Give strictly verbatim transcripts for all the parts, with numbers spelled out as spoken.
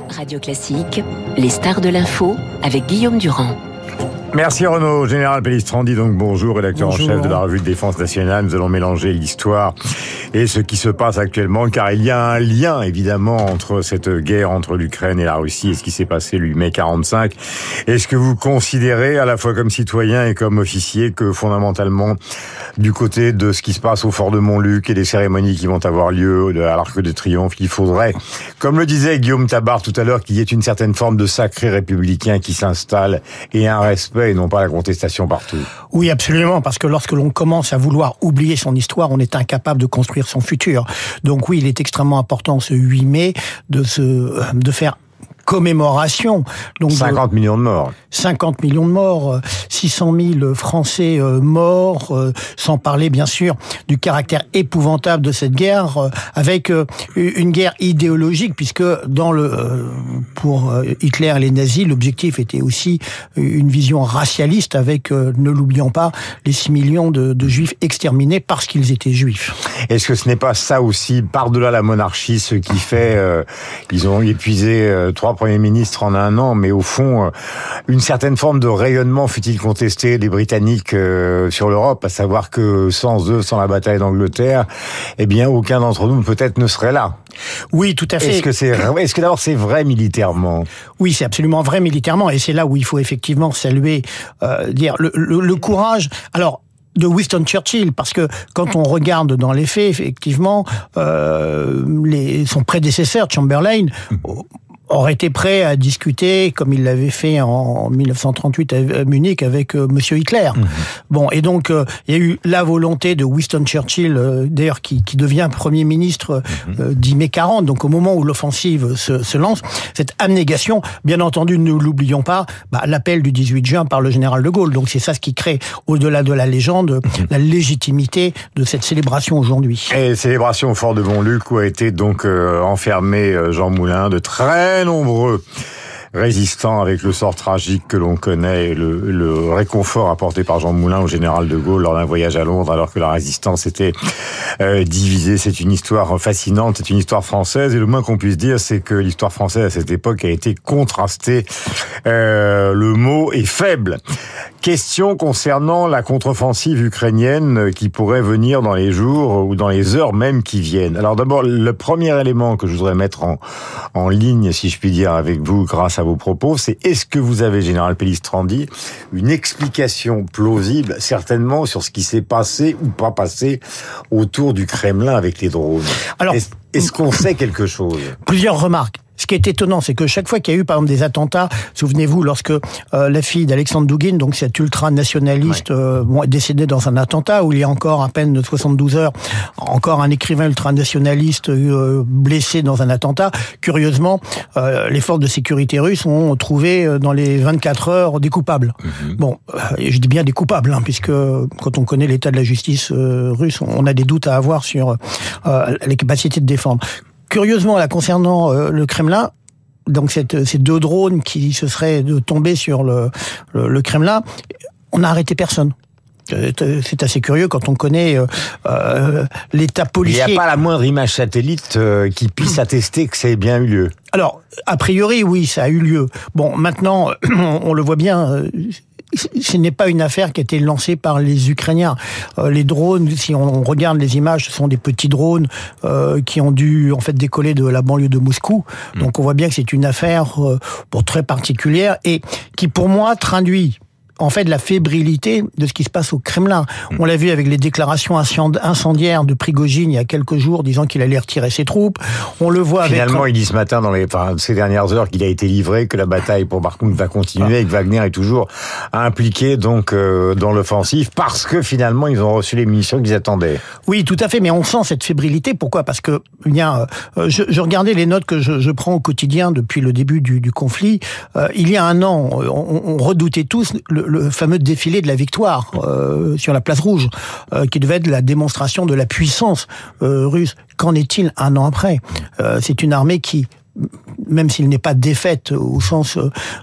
Radio Classique, les stars de l'info avec Guillaume Durand. Merci Renaud. Général Pellistrandi, donc bonjour, rédacteur bonjour. En chef de la revue de défense nationale. Nous allons mélanger l'histoire et ce qui se passe actuellement, car il y a un lien évidemment entre cette guerre entre l'Ukraine et la Russie et ce qui s'est passé le huit mai quarante-cinq. Est-ce que vous considérez, à la fois comme citoyen et comme officier, que fondamentalement, du côté de ce qui se passe au fort de Montluc et des cérémonies qui vont avoir lieu à l'Arc de Triomphe, il faudrait, comme le disait Guillaume Tabar tout à l'heure, qu'il y ait une certaine forme de sacré républicain qui s'installe et un respect et non pas la contestation partout. Oui, absolument, parce que lorsque l'on commence à vouloir oublier son histoire, on est incapable de construire son futur. Donc oui, il est extrêmement important ce huit mai de se, de faire commémoration. Donc cinquante millions de morts. cinquante millions de morts, six cent mille Français morts, sans parler bien sûr du caractère épouvantable de cette guerre, avec une guerre idéologique, puisque dans le pour Hitler et les nazis, l'objectif était aussi une vision racialiste, avec, ne l'oublions pas, les six millions de, de juifs exterminés parce qu'ils étaient juifs. Est-ce que ce n'est pas ça aussi, par-delà la monarchie, ce qui fait, euh, ils ont épuisé euh, trois Premier ministre en un an, mais au fond, une certaine forme de rayonnement fut-il contesté des Britanniques euh, sur l'Europe, à savoir que sans eux, sans la bataille d'Angleterre, eh bien, aucun d'entre nous peut-être ne serait là. Oui, tout à fait. Est-ce que c'est, est-ce que d'abord c'est vrai militairement? Oui, c'est absolument vrai militairement, et c'est là où il faut effectivement saluer, euh, dire le, le, le courage. Alors, de Winston Churchill, parce que quand on regarde dans les faits, effectivement, euh, les, son prédécesseur Chamberlain aurait été prêt à discuter, comme il l'avait fait en mille neuf cent trente-huit à Munich avec euh, Monsieur Hitler. Mmh. Bon, et donc euh, il y a eu la volonté de Winston Churchill, euh, d'ailleurs qui, qui devient Premier ministre mmh. euh, dix mai quarante, donc au moment où l'offensive se, se lance, cette abnégation, bien entendu, ne l'oublions pas, bah, l'appel du dix-huit juin par le général de Gaulle. Donc c'est ça ce qui crée, au-delà de la légende, mmh. la légitimité de cette célébration aujourd'hui. Et célébration au fort de Montluc, où a été donc euh, enfermé euh, Jean Moulin, de très nombreux résistants, avec le sort tragique que l'on connaît, le, le réconfort apporté par Jean Moulin au général de Gaulle lors d'un voyage à Londres, alors que la résistance était euh, divisée. C'est une histoire fascinante, c'est une histoire française, et le moins qu'on puisse dire, c'est que l'histoire française à cette époque a été contrastée. Euh, le mot est faible. Question concernant la contre-offensive ukrainienne qui pourrait venir dans les jours ou dans les heures même qui viennent. Alors d'abord, le premier élément que je voudrais mettre en, en ligne, si je puis dire, avec vous, grâce à vos propos, c'est est-ce que vous avez, Général Pellistrandi, une explication plausible, certainement, sur ce qui s'est passé ou pas passé autour du Kremlin avec les drones? Alors, est-ce, est-ce qu'on sait quelque chose? Plusieurs remarques. Ce qui est étonnant, c'est que chaque fois qu'il y a eu, par exemple, des attentats, souvenez-vous, lorsque euh, la fille d'Alexandre Douguin, donc cet ultra-nationaliste, ouais. euh, bon, est décédée dans un attentat, où il y a encore à peine de soixante-douze heures, encore un écrivain ultra-nationaliste euh, blessé dans un attentat. Curieusement, euh, les forces de sécurité russes ont trouvé dans les vingt-quatre heures des coupables. Mm-hmm. Bon, euh, je dis bien des coupables, hein, puisque quand on connaît l'état de la justice euh, russe, on a des doutes à avoir sur euh, les capacités de défendre. Curieusement, là, concernant euh, le Kremlin, donc cette, ces deux drones qui se seraient tombés sur le, le, le Kremlin, on n'a arrêté personne. C'est assez curieux quand on connaît euh, l'état policier. Il n'y a pas la moindre image satellite euh, qui puisse attester que ça ait bien eu lieu. Alors, a priori, oui, ça a eu lieu. Bon, maintenant, on, on le voit bien... Euh, ce n'est pas une affaire qui a été lancée par les Ukrainiens. Euh, les drones, si on regarde les images, ce sont des petits drones euh, qui ont dû en fait décoller de la banlieue de Moscou. Mmh. Donc on voit bien que c'est une affaire euh, bon, très particulière et qui pour moi traduit en fait la fébrilité de ce qui se passe au Kremlin. On l'a vu avec les déclarations incendiaires de Prigojine il y a quelques jours, disant qu'il allait retirer ses troupes. On le voit Finalement, avec... il dit ce matin, dans les, enfin, ces dernières heures, qu'il a été livré, que la bataille pour Bakhmout va continuer, ah. et que Wagner est toujours impliqué donc euh, dans l'offensive, parce que finalement, ils ont reçu les munitions qu'ils attendaient. Oui, tout à fait, mais on sent cette fébrilité. Pourquoi ? Parce que, bien, euh, je, je regardais les notes que je, je prends au quotidien depuis le début du, du conflit. Euh, il y a un an, on, on redoutait tous le, le fameux défilé de la victoire euh, sur la place Rouge, euh, qui devait être la démonstration de la puissance euh, russe. Qu'en est-il un an après ? euh, C'est une armée qui même s'il n'est pas défaite au sens,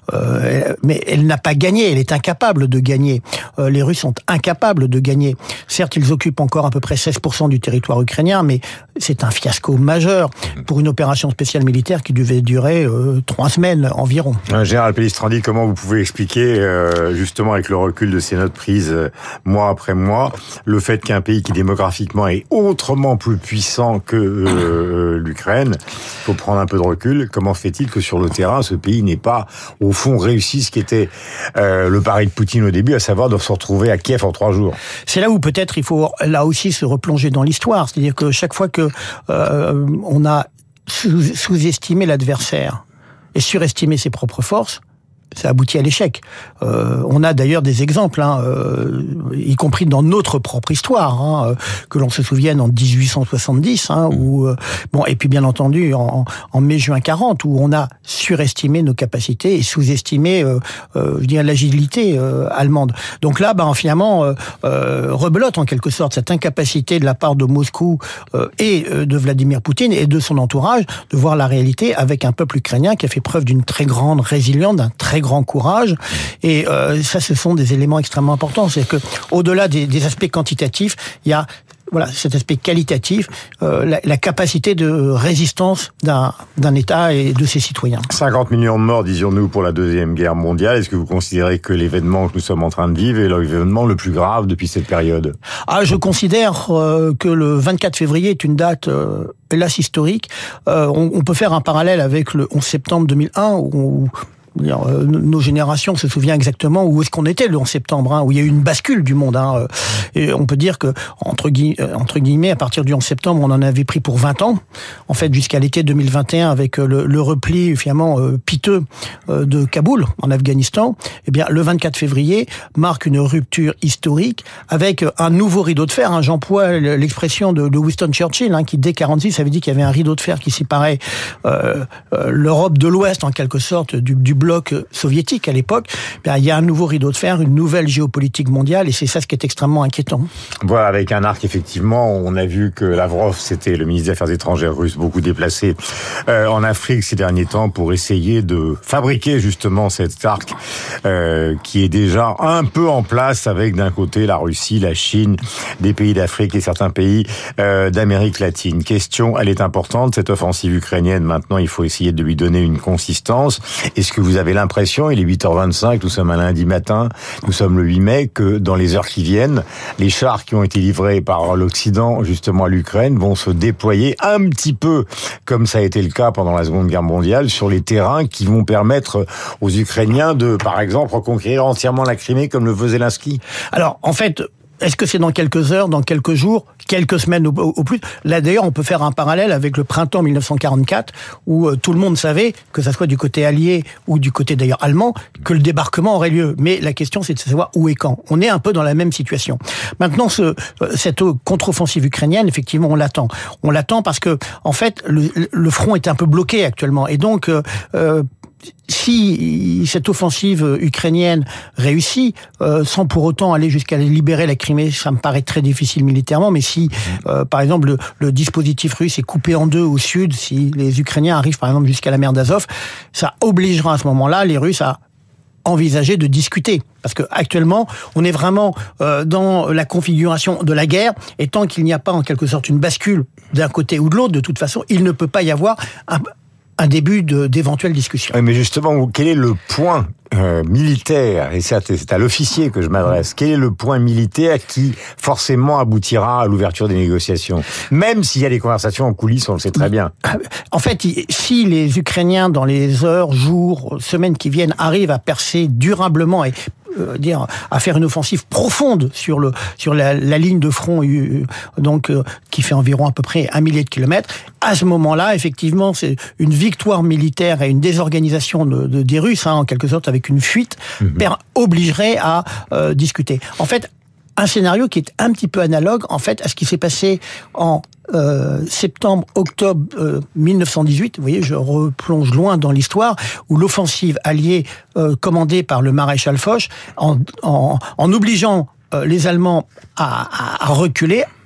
euh, mais elle n'a pas gagné, elle est incapable de gagner. Euh, les Russes sont incapables de gagner. Certes, ils occupent encore à peu près seize pour cent du territoire ukrainien, mais c'est un fiasco majeur pour une opération spéciale militaire qui devait durer euh, trois semaines environ. Euh, Général Pellistrandi, comment vous pouvez expliquer, euh, justement avec le recul de ces notes prises euh, mois après mois, le fait qu'un pays qui démographiquement est autrement plus puissant que euh, l'Ukraine, faut prendre un peu de recul, comment fait-il que sur le terrain, ce pays n'ait pas, au fond, réussi ce qui était euh, le pari de Poutine au début, à savoir de se retrouver à Kiev en trois jours? C'est là où peut-être il faut là aussi se replonger dans l'histoire, c'est-à-dire que chaque fois que euh, on a sous- sous-estimé l'adversaire et surestimé ses propres forces, ça aboutit à l'échec. Euh, on a d'ailleurs des exemples, hein, euh, y compris dans notre propre histoire, hein, euh, que l'on se souvienne en dix-huit cent soixante-dix, hein, où, euh, bon, et puis bien entendu en, en mai-juin quarante, où on a surestimé nos capacités et sous-estimé, euh, euh, je dirais, l'agilité euh, allemande. Donc là, ben, finalement, euh, euh, rebelote en quelque sorte cette incapacité de la part de Moscou euh, et euh, de Vladimir Poutine et de son entourage de voir la réalité avec un peuple ukrainien qui a fait preuve d'une très grande résilience, d'un très grand courage, et euh, ça, ce sont des éléments extrêmement importants. C'est que, au-delà des, des aspects quantitatifs, il y a voilà cet aspect qualitatif, euh, la, la capacité de résistance d'un d'un État et de ses citoyens. cinquante millions de morts, disions-nous, pour la Deuxième Guerre mondiale. Est-ce que vous considérez que l'événement que nous sommes en train de vivre est l'événement le plus grave depuis cette période? Ah, je considère euh, que le vingt-quatre février est une date euh, hélas historique. Euh, on, on peut faire un parallèle avec le onze septembre deux mille un, où, où Euh, nos générations se souviennent exactement où est-ce qu'on était le onze septembre, hein, où il y a eu une bascule du monde. Hein, et on peut dire que entre, gui- entre guillemets, à partir du onze septembre, on en avait pris pour vingt ans. En fait, jusqu'à l'été deux mille vingt et un, avec le, le repli finalement euh, piteux euh, de Kaboul en Afghanistan. Eh bien, le vingt-quatre février marque une rupture historique avec un nouveau rideau de fer. Hein, j'emploie l'expression de, de Winston Churchill, hein, qui dès quarante-six avait dit qu'il y avait un rideau de fer qui séparait euh, euh, l'Europe de l'Ouest en quelque sorte du, du bloc soviétique à l'époque. Bien, il y a un nouveau rideau de fer, une nouvelle géopolitique mondiale, et c'est ça ce qui est extrêmement inquiétant. Voilà, avec un arc, effectivement, on a vu que Lavrov, c'était le ministre des Affaires étrangères russe, beaucoup déplacé euh, en Afrique ces derniers temps pour essayer de fabriquer justement cet arc euh, qui est déjà un peu en place avec d'un côté la Russie, la Chine, des pays d'Afrique et certains pays euh, d'Amérique latine. Question, elle est importante, cette offensive ukrainienne, maintenant il faut essayer de lui donner une consistance. Est-ce que vous avez l'impression, il est huit heures vingt-cinq, nous sommes un lundi matin, nous sommes le huit mai, que dans les heures qui viennent, les chars qui ont été livrés par l'Occident justement à l'Ukraine vont se déployer un petit peu, comme ça a été le cas pendant la Seconde Guerre mondiale, sur les terrains qui vont permettre aux Ukrainiens de, par exemple, reconquérir entièrement la Crimée comme le faisait Zelensky? Alors, en fait, est-ce que c'est dans quelques heures, dans quelques jours, quelques semaines au, au plus? Là, d'ailleurs, on peut faire un parallèle avec le printemps mille neuf cent quarante-quatre, où euh, tout le monde savait, que ça soit du côté allié ou du côté d'ailleurs allemand, que le débarquement aurait lieu. Mais la question, c'est de savoir où et quand. On est un peu dans la même situation. Maintenant, ce, euh, cette contre-offensive ukrainienne, effectivement, on l'attend. On l'attend parce que, en fait, le, le front est un peu bloqué actuellement. Et donc, euh, euh, si cette offensive ukrainienne réussit, euh, sans pour autant aller jusqu'à libérer la Crimée, ça me paraît très difficile militairement, mais si, euh, par exemple, le, le dispositif russe est coupé en deux au sud, si les Ukrainiens arrivent, par exemple, jusqu'à la mer d'Azov, ça obligera à ce moment-là les Russes à envisager de discuter. Parce que actuellement, on est vraiment euh, dans la configuration de la guerre, et tant qu'il n'y a pas en quelque sorte une bascule d'un côté ou de l'autre, de toute façon, il ne peut pas y avoir un un début de, d'éventuelles discussions. Mais justement, quel est le point euh, militaire, et c'est à, c'est à l'officier que je m'adresse, quel est le point militaire qui forcément aboutira à l'ouverture des négociations? Même s'il y a des conversations en coulisses, on le sait très bien. En fait, si les Ukrainiens, dans les heures, jours, semaines qui viennent, arrivent à percer durablement et Euh, dire à faire une offensive profonde sur le sur la, la ligne de front euh, donc euh, qui fait environ à peu près un millier de kilomètres. À ce moment-là, effectivement, c'est une victoire militaire et une désorganisation de, de, des Russes, hein, en quelque sorte, avec une fuite, mmh. per, obligerait à euh, discuter. En fait, un scénario qui est un petit peu analogue, en fait, à ce qui s'est passé en euh, septembre, octobre euh, mille neuf cent dix-huit. Vous voyez, je replonge loin dans l'histoire, où l'offensive alliée euh, commandée par le maréchal Foch, en, en, en obligeant euh, les Allemands à, à, à reculer,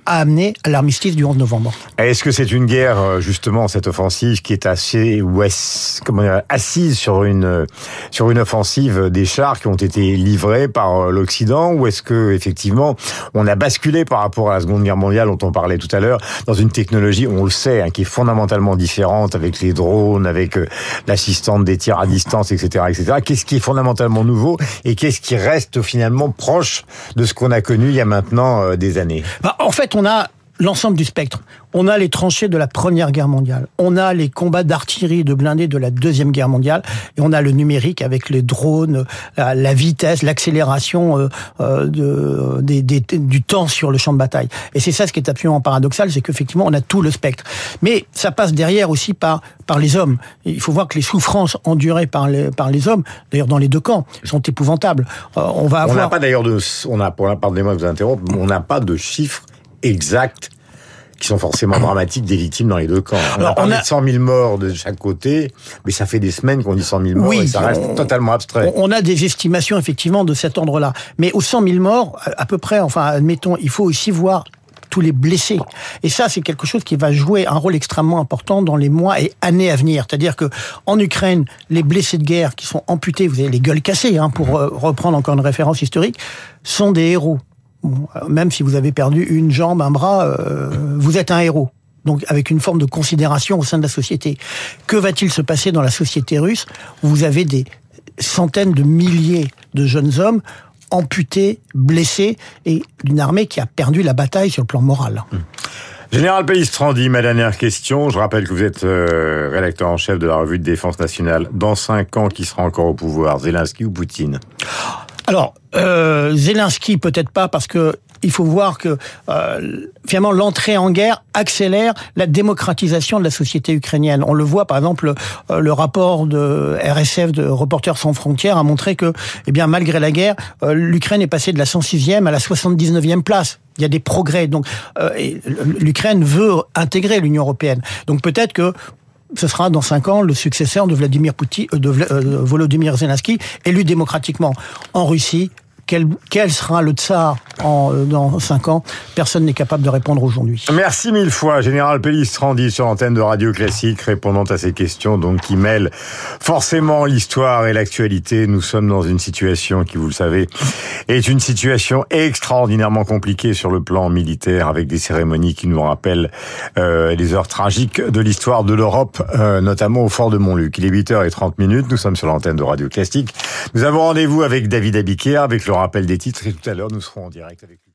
a amené à l'armistice du onze novembre. Est-ce que c'est une guerre, justement, cette offensive, qui est assez ou est, comment dire, assise sur une sur une offensive des chars qui ont été livrés par l'Occident, ou est-ce que effectivement on a basculé par rapport à la Seconde Guerre mondiale dont on parlait tout à l'heure dans une technologie, on le sait, hein, qui est fondamentalement différente, avec les drones, avec euh, l'assistante des tirs à distance, et cetera, et cetera. Qu'est-ce qui est fondamentalement nouveau et qu'est-ce qui reste finalement proche de ce qu'on a connu il y a maintenant euh, des années? Bah, en fait, on a l'ensemble du spectre. On a les tranchées de la Première Guerre mondiale. On a les combats d'artillerie et de blindés de la Deuxième Guerre mondiale. Et on a le numérique avec les drones, la, la vitesse, l'accélération euh, euh, de, des, des, du temps sur le champ de bataille. Et c'est ça ce qui est absolument paradoxal, c'est qu'effectivement, on a tout le spectre. Mais ça passe derrière aussi par, par les hommes. Et il faut voir que les souffrances endurées par les, par les hommes, d'ailleurs dans les deux camps, sont épouvantables. Euh, on va avoir... On n'a pas d'ailleurs de... On a, pardonnez-moi de vous interrompre, on n'a pas de chiffres exacts qui sont forcément dramatiques des victimes dans les deux camps. On Alors, a parlé on a... de cent mille morts de chaque côté, mais ça fait des semaines qu'on dit cent mille morts oui, et ça reste on... totalement abstrait. On a des estimations effectivement de cet ordre-là. Mais aux cent mille morts, à peu près, enfin admettons, il faut aussi voir tous les blessés. Et ça, c'est quelque chose qui va jouer un rôle extrêmement important dans les mois et années à venir. C'est-à-dire que en Ukraine, les blessés de guerre qui sont amputés, vous avez les gueules cassées, hein, pour euh, reprendre encore une référence historique, sont des héros. Bon, même si vous avez perdu une jambe, un bras, euh, vous êtes un héros. Donc avec une forme de considération au sein de la société. Que va-t-il se passer dans la société russe où vous avez des centaines de milliers de jeunes hommes amputés, blessés, et d'une armée qui a perdu la bataille sur le plan moral. Mmh. Général Pellistrandi, ma dernière question. Je rappelle que vous êtes euh, rédacteur en chef de la revue de défense nationale. Dans cinq ans, qui sera encore au pouvoir, Zelensky ou Poutine ? Alors, euh, Zelensky peut-être pas, parce que il faut voir que euh, finalement l'entrée en guerre accélère la démocratisation de la société ukrainienne. On le voit par exemple, euh, le rapport de R S F, de Reporters sans frontières, a montré que, eh bien, malgré la guerre, euh, l'Ukraine est passée de la cent sixième à la soixante-dix-neuvième place. Il y a des progrès. Donc, euh, et l'Ukraine veut intégrer l'Union européenne. Donc peut-être que ce sera dans cinq ans le successeur de Vladimir Poutine, de Volodymyr Zelensky, élu démocratiquement. En Russie, quel, quel sera le tsar en, dans cinq ans? Personne n'est capable de répondre aujourd'hui. Merci mille fois, Général Pellistrandi, sur l'antenne de Radio Classique, répondant à ces questions donc qui mêlent forcément l'histoire et l'actualité. Nous sommes dans une situation qui, vous le savez, est une situation extraordinairement compliquée sur le plan militaire, avec des cérémonies qui nous rappellent euh, les heures tragiques de l'histoire de l'Europe, euh, notamment au fort de Montluc. Il est huit heures trente minutes, nous sommes sur l'antenne de Radio Classique. Nous avons rendez-vous avec David Abiker, avec le rappel des titres, et tout à l'heure nous serons en direct avec lui.